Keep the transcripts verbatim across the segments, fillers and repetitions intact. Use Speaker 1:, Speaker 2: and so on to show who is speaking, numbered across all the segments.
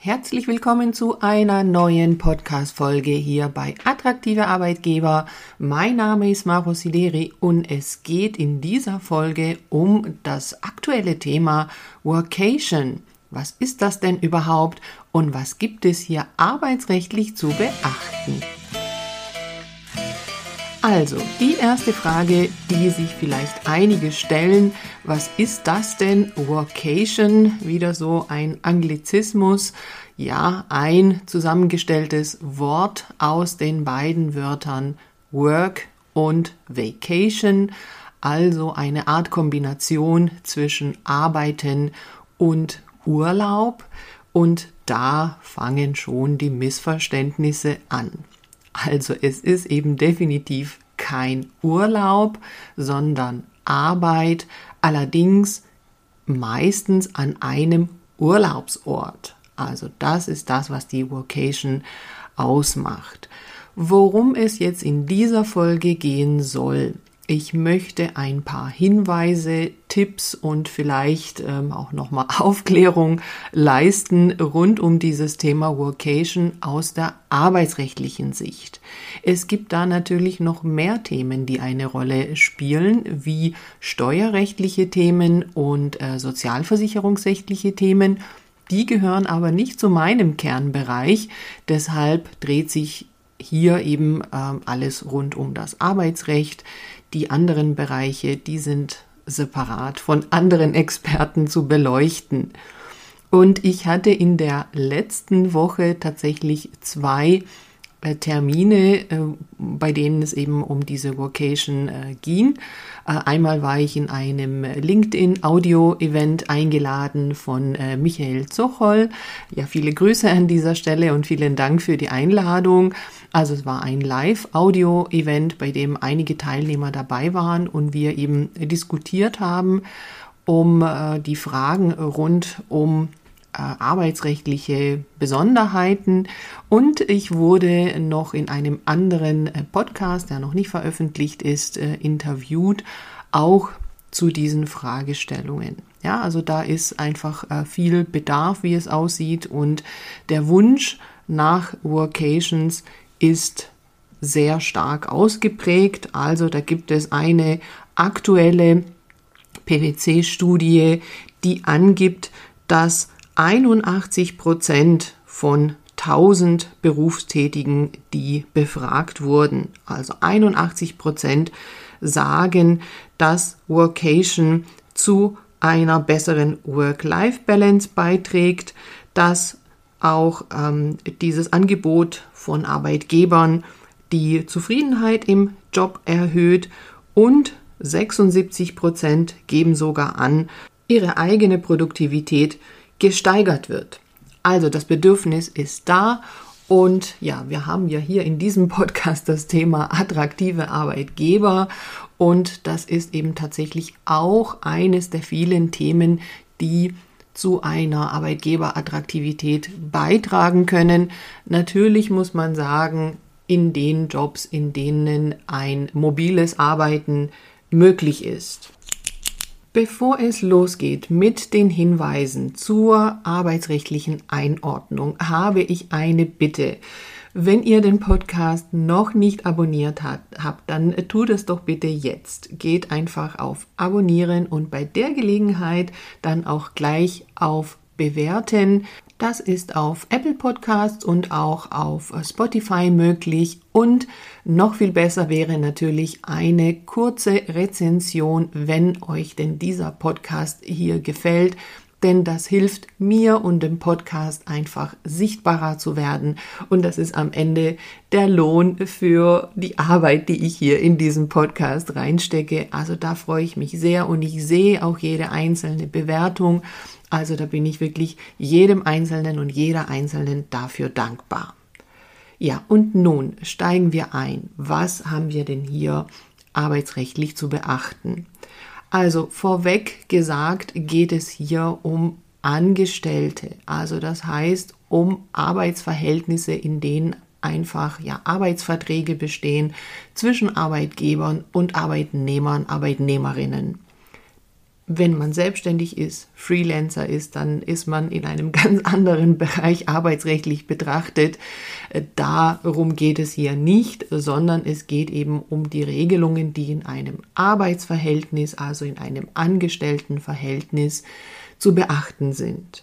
Speaker 1: Herzlich willkommen zu einer neuen Podcast-Folge hier bei Attraktive Arbeitgeber. Mein Name ist Maro Sideri und es geht in dieser Folge um das aktuelle Thema Workation. Was ist das denn überhaupt und was gibt es hier arbeitsrechtlich zu beachten? Also, die erste Frage, die sich vielleicht einige stellen, was ist das denn? Workation, wieder so ein Anglizismus, ja, ein zusammengestelltes Wort aus den beiden Wörtern Work und Vacation, also eine Art Kombination zwischen Arbeiten und Urlaub, und da fangen schon die Missverständnisse an. Also es ist eben definitiv kein Urlaub, sondern Arbeit, allerdings meistens an einem Urlaubsort. Also das ist das, was die Workation ausmacht. Worum es jetzt in dieser Folge gehen soll: Ich möchte ein paar Hinweise, Tipps und vielleicht ähm, auch nochmal Aufklärung leisten rund um dieses Thema Workation aus der arbeitsrechtlichen Sicht. Es gibt da natürlich noch mehr Themen, die eine Rolle spielen, wie steuerrechtliche Themen und äh, sozialversicherungsrechtliche Themen. Die gehören aber nicht zu meinem Kernbereich, deshalb dreht sich hier eben ähm, alles rund um das Arbeitsrecht. Die anderen Bereiche, die sind separat von anderen Experten zu beleuchten. Und ich hatte in der letzten Woche tatsächlich zwei äh, Termine, äh, bei denen es eben um diese Workation äh, ging. Äh, einmal war ich in einem LinkedIn-Audio-Event eingeladen von äh, Michael Zocholl. Ja, viele Grüße an dieser Stelle und vielen Dank für die Einladung. Also es war ein Live-Audio-Event, bei dem einige Teilnehmer dabei waren und wir eben diskutiert haben um äh, die Fragen rund um äh, arbeitsrechtliche Besonderheiten. Und ich wurde noch in einem anderen äh, Podcast, der noch nicht veröffentlicht ist, äh, interviewt, auch zu diesen Fragestellungen. Ja, also da ist einfach äh, viel Bedarf, wie es aussieht, und der Wunsch nach Workations ist sehr stark ausgeprägt. Also da gibt es eine aktuelle P W C-Studie, die angibt, dass einundachtzig Prozent von tausend Berufstätigen, die befragt wurden, also einundachtzig Prozent sagen, dass Workation zu einer besseren Work-Life-Balance beiträgt, dass auch ähm, dieses Angebot von Arbeitgebern die Zufriedenheit im Job erhöht, und sechsundsiebzig Prozent geben sogar an, ihre eigene Produktivität gesteigert wird. Also das Bedürfnis ist da, und ja, wir haben ja hier in diesem Podcast das Thema attraktive Arbeitgeber, und das ist eben tatsächlich auch eines der vielen Themen, die zu einer Arbeitgeberattraktivität beitragen können. Natürlich muss man sagen, in den Jobs, in denen ein mobiles Arbeiten möglich ist. Bevor es losgeht mit den Hinweisen zur arbeitsrechtlichen Einordnung, habe ich eine Bitte. Wenn ihr den Podcast noch nicht abonniert habt, dann tut es doch bitte jetzt. Geht einfach auf Abonnieren und bei der Gelegenheit dann auch gleich auf Bewerten. Das ist auf Apple Podcasts und auch auf Spotify möglich. Und noch viel besser wäre natürlich eine kurze Rezension, wenn euch denn dieser Podcast hier gefällt. Denn das hilft mir und dem Podcast einfach sichtbarer zu werden. Und das ist am Ende der Lohn für die Arbeit, die ich hier in diesen Podcast reinstecke. Also da freue ich mich sehr, und ich sehe auch jede einzelne Bewertung. Also da bin ich wirklich jedem Einzelnen und jeder Einzelnen dafür dankbar. Ja, und nun steigen wir ein. Was haben wir denn hier arbeitsrechtlich zu beachten? Also vorweg gesagt geht es hier um Angestellte, also das heißt um Arbeitsverhältnisse, in denen einfach ja Arbeitsverträge bestehen zwischen Arbeitgebern und Arbeitnehmern, Arbeitnehmerinnen. Wenn man selbstständig ist, Freelancer ist, dann ist man in einem ganz anderen Bereich arbeitsrechtlich betrachtet. Darum geht es hier nicht, sondern es geht eben um die Regelungen, die in einem Arbeitsverhältnis, also in einem Angestelltenverhältnis, zu beachten sind.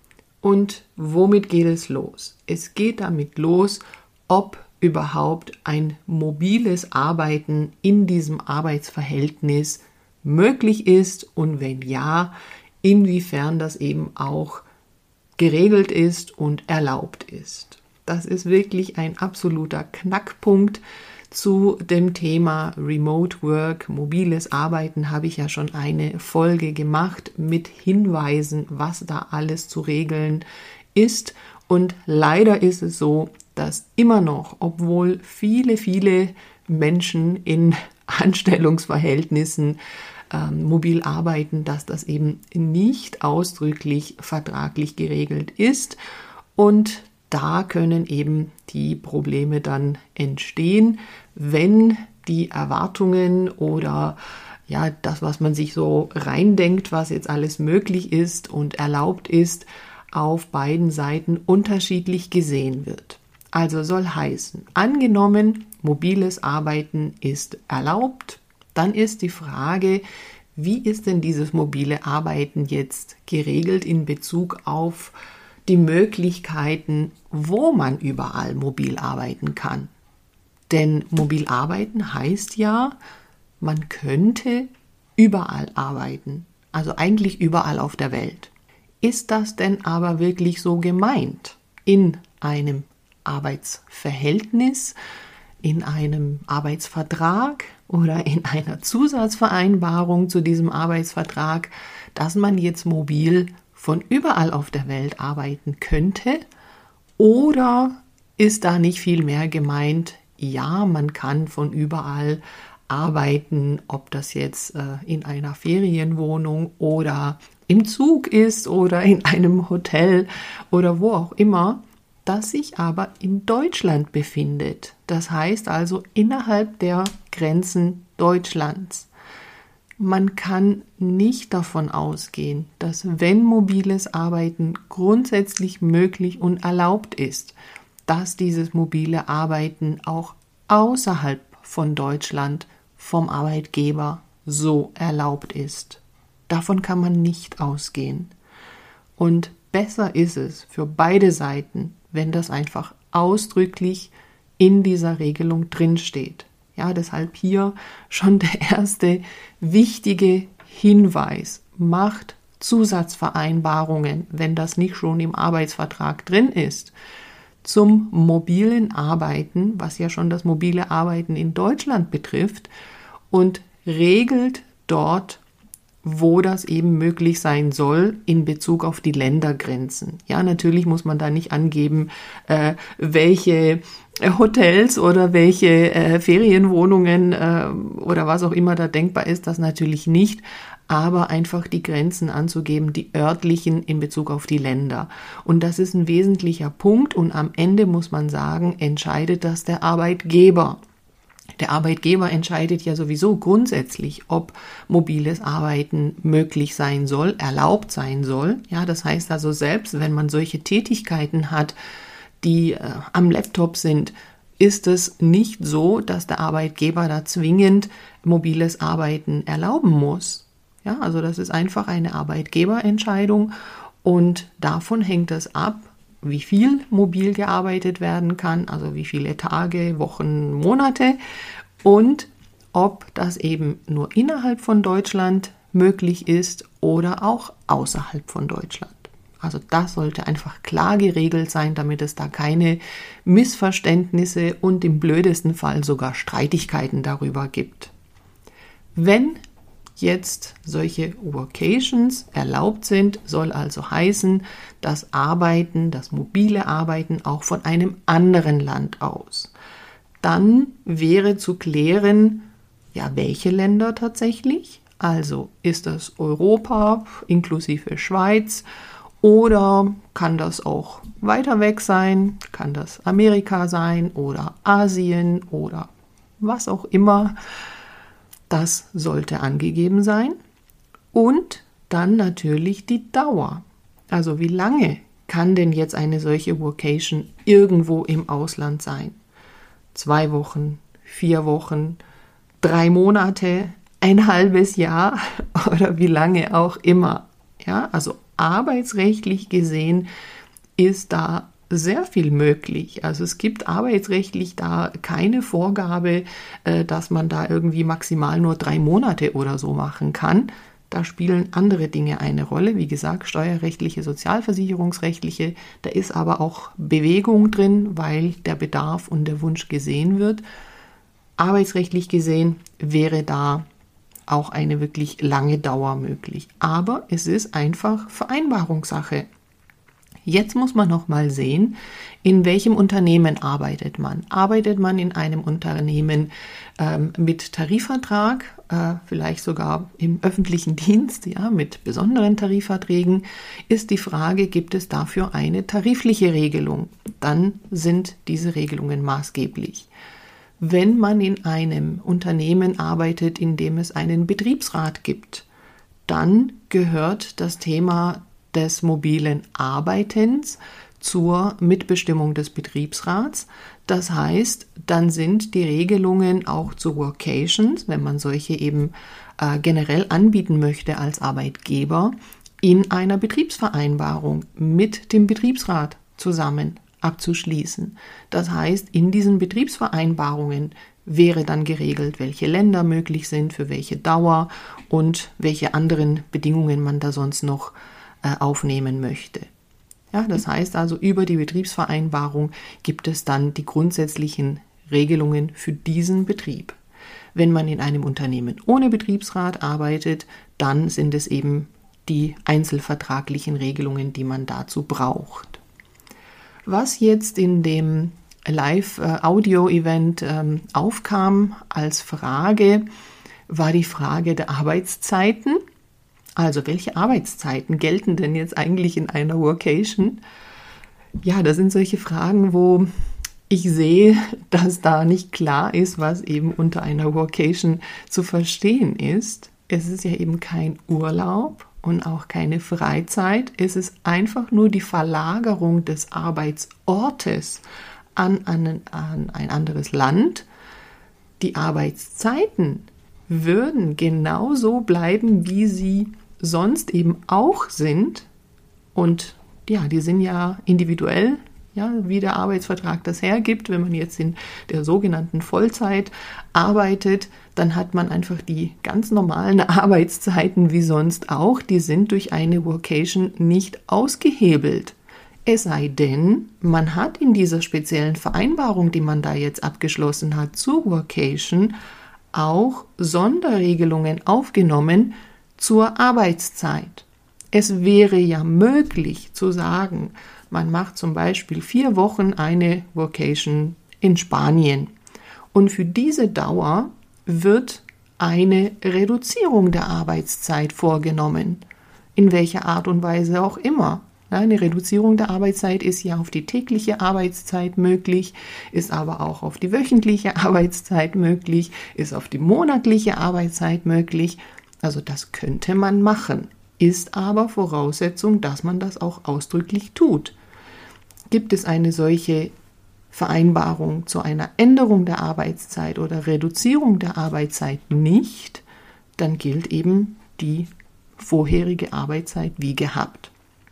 Speaker 1: Und womit geht es los? Es geht damit los, ob überhaupt ein mobiles Arbeiten in diesem Arbeitsverhältnis möglich ist und wenn ja, inwiefern das eben auch geregelt ist und erlaubt ist. Das ist wirklich ein absoluter Knackpunkt. Zu dem Thema Remote Work, mobiles Arbeiten, habe ich ja schon eine Folge gemacht mit Hinweisen, was da alles zu regeln ist. Und leider ist es so, dass immer noch, obwohl viele, viele Menschen in Anstellungsverhältnissen ähm, mobil arbeiten, dass das eben nicht ausdrücklich vertraglich geregelt ist. Und da können eben die Probleme dann entstehen, wenn die Erwartungen oder ja, das, was man sich so reindenkt, was jetzt alles möglich ist und erlaubt ist, auf beiden Seiten unterschiedlich gesehen wird. Also soll heißen, angenommen, mobiles Arbeiten ist erlaubt, dann ist die Frage, wie ist denn dieses mobile Arbeiten jetzt geregelt in Bezug auf die Möglichkeiten, wo man überall mobil arbeiten kann. Denn mobil arbeiten heißt ja, man könnte überall arbeiten, also eigentlich überall auf der Welt. Ist das denn aber wirklich so gemeint in einem Arbeitsverhältnis, in einem Arbeitsvertrag oder in einer Zusatzvereinbarung zu diesem Arbeitsvertrag, dass man jetzt mobil von überall auf der Welt arbeiten könnte? Oder ist da nicht viel mehr gemeint, ja, man kann von überall arbeiten, ob das jetzt äh, in einer Ferienwohnung oder im Zug ist oder in einem Hotel oder wo auch immer, das sich aber in Deutschland befindet. Das heißt also innerhalb der Grenzen Deutschlands. Man kann nicht davon ausgehen, dass wenn mobiles Arbeiten grundsätzlich möglich und erlaubt ist, dass dieses mobile Arbeiten auch außerhalb von Deutschland vom Arbeitgeber so erlaubt ist. Davon kann man nicht ausgehen. Und besser ist es für beide Seiten, wenn das einfach ausdrücklich in dieser Regelung drinsteht. Ja, deshalb hier schon der erste wichtige Hinweis. Macht Zusatzvereinbarungen, wenn das nicht schon im Arbeitsvertrag drin ist, zum mobilen Arbeiten, was ja schon das mobile Arbeiten in Deutschland betrifft, und regelt dort, wo das eben möglich sein soll in Bezug auf die Ländergrenzen. Ja, natürlich muss man da nicht angeben, äh, welche Hotels oder welche äh, Ferienwohnungen äh, oder was auch immer da denkbar ist, das natürlich nicht, aber einfach die Grenzen anzugeben, die örtlichen in Bezug auf die Länder. Und das ist ein wesentlicher Punkt und am Ende muss man sagen, entscheidet das der Arbeitgeber. Der Arbeitgeber entscheidet ja sowieso grundsätzlich, ob mobiles Arbeiten möglich sein soll, erlaubt sein soll. Ja, das heißt also, selbst wenn man solche Tätigkeiten hat, die äh, am Laptop sind, ist es nicht so, dass der Arbeitgeber da zwingend mobiles Arbeiten erlauben muss. Ja, also das ist einfach eine Arbeitgeberentscheidung und davon hängt es ab, wie viel mobil gearbeitet werden kann, also wie viele Tage, Wochen, Monate und ob das eben nur innerhalb von Deutschland möglich ist oder auch außerhalb von Deutschland. Also das sollte einfach klar geregelt sein, damit es da keine Missverständnisse und im blödesten Fall sogar Streitigkeiten darüber gibt. Wenn jetzt solche Workations erlaubt sind, soll also heißen, das Arbeiten, das mobile Arbeiten auch von einem anderen Land aus. Dann wäre zu klären, ja, welche Länder tatsächlich? Also ist das Europa inklusive Schweiz oder kann das auch weiter weg sein? Kann das Amerika sein oder Asien oder was auch immer? Das sollte angegeben sein. Und dann natürlich die Dauer. Also wie lange kann denn jetzt eine solche Workation irgendwo im Ausland sein? Zwei Wochen, vier Wochen, drei Monate, ein halbes Jahr oder wie lange auch immer. Ja, also arbeitsrechtlich gesehen ist da sehr viel möglich. Also es gibt arbeitsrechtlich da keine Vorgabe, dass man da irgendwie maximal nur drei Monate oder so machen kann. Da spielen andere Dinge eine Rolle, wie gesagt, steuerrechtliche, sozialversicherungsrechtliche. Da ist aber auch Bewegung drin, weil der Bedarf und der Wunsch gesehen wird. Arbeitsrechtlich gesehen wäre da auch eine wirklich lange Dauer möglich. Aber es ist einfach Vereinbarungssache. Jetzt muss man noch mal sehen, in welchem Unternehmen arbeitet man. Arbeitet man in einem Unternehmen ähm, mit Tarifvertrag, äh, vielleicht sogar im öffentlichen Dienst, ja, mit besonderen Tarifverträgen, ist die Frage, gibt es dafür eine tarifliche Regelung? Dann sind diese Regelungen maßgeblich. Wenn man in einem Unternehmen arbeitet, in dem es einen Betriebsrat gibt, dann gehört das Thema des mobilen Arbeitens zur Mitbestimmung des Betriebsrats. Das heißt, dann sind die Regelungen auch zu Workations, wenn man solche eben äh, generell anbieten möchte als Arbeitgeber, in einer Betriebsvereinbarung mit dem Betriebsrat zusammen abzuschließen. Das heißt, in diesen Betriebsvereinbarungen wäre dann geregelt, welche Länder möglich sind, für welche Dauer und welche anderen Bedingungen man da sonst noch aufnehmen möchte. Ja, das heißt also, über die Betriebsvereinbarung gibt es dann die grundsätzlichen Regelungen für diesen Betrieb. Wenn man in einem Unternehmen ohne Betriebsrat arbeitet, dann sind es eben die einzelvertraglichen Regelungen, die man dazu braucht. Was jetzt in dem Live-Audio-Event ähm, aufkam als Frage, war die Frage der Arbeitszeiten. Also welche Arbeitszeiten gelten denn jetzt eigentlich in einer Workation? Ja, das sind solche Fragen, wo ich sehe, dass da nicht klar ist, was eben unter einer Workation zu verstehen ist. Es ist ja eben kein Urlaub und auch keine Freizeit. Es ist einfach nur die Verlagerung des Arbeitsortes an, an, an ein anderes Land. Die Arbeitszeiten würden genauso bleiben, wie sie sonst eben auch sind. Und ja, die sind ja individuell, ja, wie der Arbeitsvertrag das hergibt. Wenn man jetzt in der sogenannten Vollzeit arbeitet, dann hat man einfach die ganz normalen Arbeitszeiten wie sonst auch. Die sind durch eine Workation nicht ausgehebelt. Es sei denn, man hat in dieser speziellen Vereinbarung, die man da jetzt abgeschlossen hat zur Workation, auch Sonderregelungen aufgenommen zur Arbeitszeit. Es wäre ja möglich zu sagen, man macht zum Beispiel vier Wochen eine Workation in Spanien und für diese Dauer wird eine Reduzierung der Arbeitszeit vorgenommen, in welcher Art und Weise auch immer. Eine Reduzierung der Arbeitszeit ist ja auf die tägliche Arbeitszeit möglich, ist aber auch auf die wöchentliche Arbeitszeit möglich, ist auf die monatliche Arbeitszeit möglich. Also das könnte man machen, ist aber Voraussetzung, dass man das auch ausdrücklich tut. Gibt es eine solche Vereinbarung zu einer Änderung der Arbeitszeit oder Reduzierung der Arbeitszeit nicht, dann gilt eben die vorherige Arbeitszeit wie gehabt.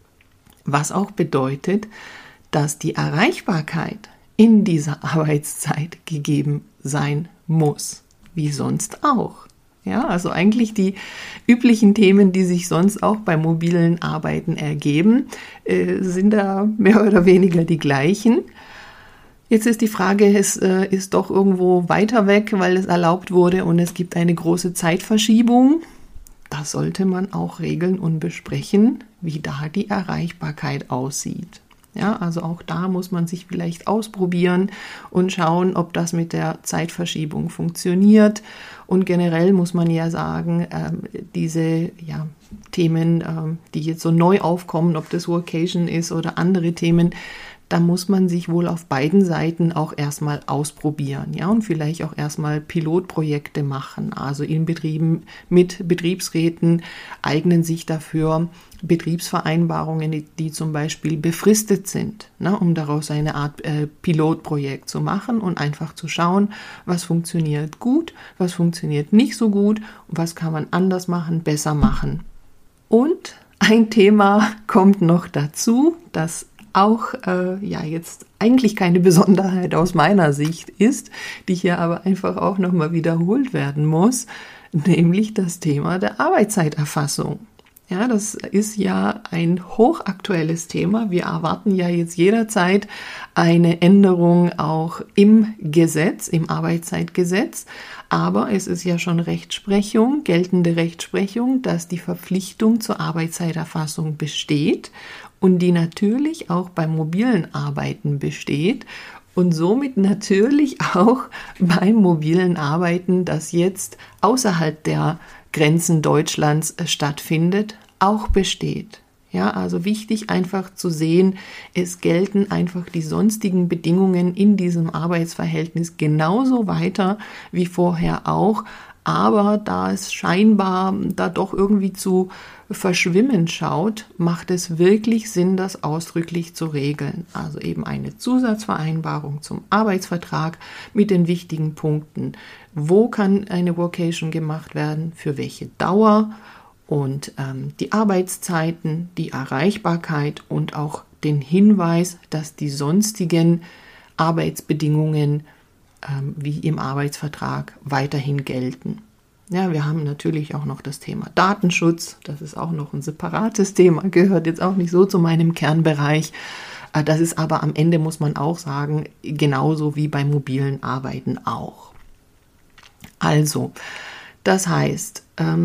Speaker 1: Was auch bedeutet, dass die Erreichbarkeit in dieser Arbeitszeit gegeben sein muss, wie sonst auch. Ja, also eigentlich die üblichen Themen, die sich sonst auch beim mobilen Arbeiten ergeben, äh, sind da mehr oder weniger die gleichen. Jetzt ist die Frage, es äh, ist doch irgendwo weiter weg, weil es erlaubt wurde und es gibt eine große Zeitverschiebung. Da sollte man auch regeln und besprechen, wie da die Erreichbarkeit aussieht. Ja, also auch da muss man sich vielleicht ausprobieren und schauen, ob das mit der Zeitverschiebung funktioniert. Und generell muss man ja sagen, ähm, diese ja, Themen, ähm, die jetzt so neu aufkommen, ob das Workation ist oder andere Themen, da muss man sich wohl auf beiden Seiten auch erstmal ausprobieren, ja, und vielleicht auch erstmal Pilotprojekte machen. Also in Betrieben mit Betriebsräten eignen sich dafür Betriebsvereinbarungen, die, die zum Beispiel befristet sind, ne, um daraus eine Art äh, Pilotprojekt zu machen und einfach zu schauen, was funktioniert gut, was funktioniert nicht so gut und was kann man anders machen, besser machen. Und ein Thema kommt noch dazu, das auch äh, ja jetzt eigentlich keine Besonderheit aus meiner Sicht ist, die hier aber einfach auch nochmal wiederholt werden muss, nämlich das Thema der Arbeitszeiterfassung. Ja, das ist ja ein hochaktuelles Thema. Wir erwarten ja jetzt jederzeit eine Änderung auch im Gesetz, im Arbeitszeitgesetz. Aber es ist ja schon Rechtsprechung, geltende Rechtsprechung, dass die Verpflichtung zur Arbeitszeiterfassung besteht und die natürlich auch beim mobilen Arbeiten besteht und somit natürlich auch beim mobilen Arbeiten, das jetzt außerhalb der Grenzen Deutschlands stattfindet, auch besteht. Ja, also wichtig einfach zu sehen, es gelten einfach die sonstigen Bedingungen in diesem Arbeitsverhältnis genauso weiter wie vorher auch, aber da es scheinbar da doch irgendwie zu verschwimmen schaut, macht es wirklich Sinn, das ausdrücklich zu regeln. Also eben eine Zusatzvereinbarung zum Arbeitsvertrag mit den wichtigen Punkten. Wo kann eine Workation gemacht werden, für welche Dauer und ähm, die Arbeitszeiten, die Erreichbarkeit und auch den Hinweis, dass die sonstigen Arbeitsbedingungen ähm, wie im Arbeitsvertrag weiterhin gelten. Ja, wir haben natürlich auch noch das Thema Datenschutz. Das ist auch noch ein separates Thema, gehört jetzt auch nicht so zu meinem Kernbereich. Das ist aber am Ende, muss man auch sagen, genauso wie beim mobilen Arbeiten auch. Also, das heißt,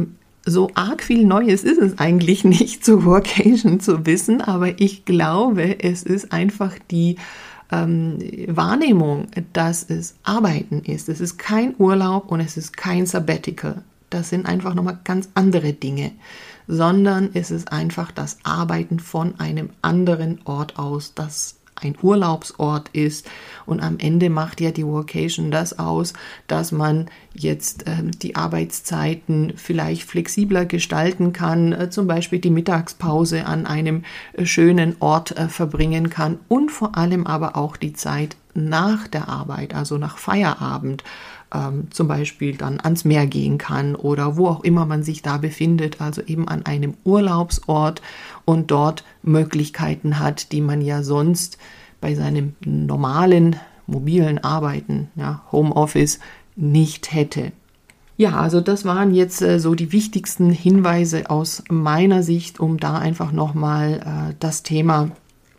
Speaker 1: so arg viel Neues ist es eigentlich nicht zu Workation zu wissen, aber ich glaube, es ist einfach die Ähm, Wahrnehmung, dass es Arbeiten ist. Es ist kein Urlaub und es ist kein Sabbatical. Das sind einfach nochmal ganz andere Dinge, sondern es ist einfach das Arbeiten von einem anderen Ort aus, das ein Urlaubsort ist, und am Ende macht ja die Workation das aus, dass man jetzt ähm, die Arbeitszeiten vielleicht flexibler gestalten kann, äh, zum Beispiel die Mittagspause an einem äh, schönen Ort äh, verbringen kann und vor allem aber auch die Zeit nach der Arbeit, also nach Feierabend, ähm, zum Beispiel dann ans Meer gehen kann oder wo auch immer man sich da befindet, also eben an einem Urlaubsort und dort Möglichkeiten hat, die man ja sonst bei seinem normalen mobilen Arbeiten, ja, Homeoffice, nicht hätte. Ja, also das waren jetzt äh, so die wichtigsten Hinweise aus meiner Sicht, um da einfach nochmal äh, das Thema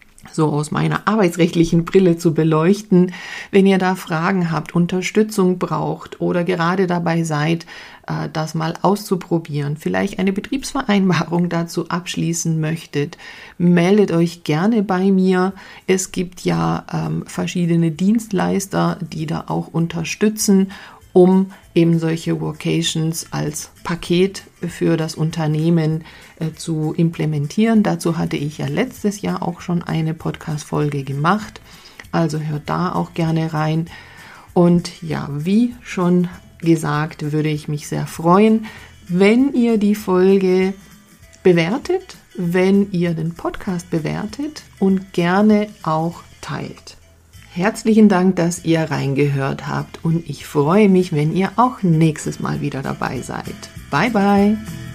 Speaker 1: so aus meiner arbeitsrechtlichen Brille zu beleuchten. Wenn ihr da Fragen habt, Unterstützung braucht oder gerade dabei seid, das mal auszuprobieren, vielleicht eine Betriebsvereinbarung dazu abschließen möchtet, meldet euch gerne bei mir. Es gibt ja ähm, verschiedene Dienstleister, die da auch unterstützen, um eben solche Workations als Paket für das Unternehmen äh, zu implementieren. Dazu hatte ich ja letztes Jahr auch schon eine Podcast-Folge gemacht, also hört da auch gerne rein. Und ja, wie schon gesagt, würde ich mich sehr freuen, wenn ihr die Folge bewertet, wenn ihr den Podcast bewertet und gerne auch teilt. Herzlichen Dank, dass ihr reingehört habt und ich freue mich, wenn ihr auch nächstes Mal wieder dabei seid. Bye, bye!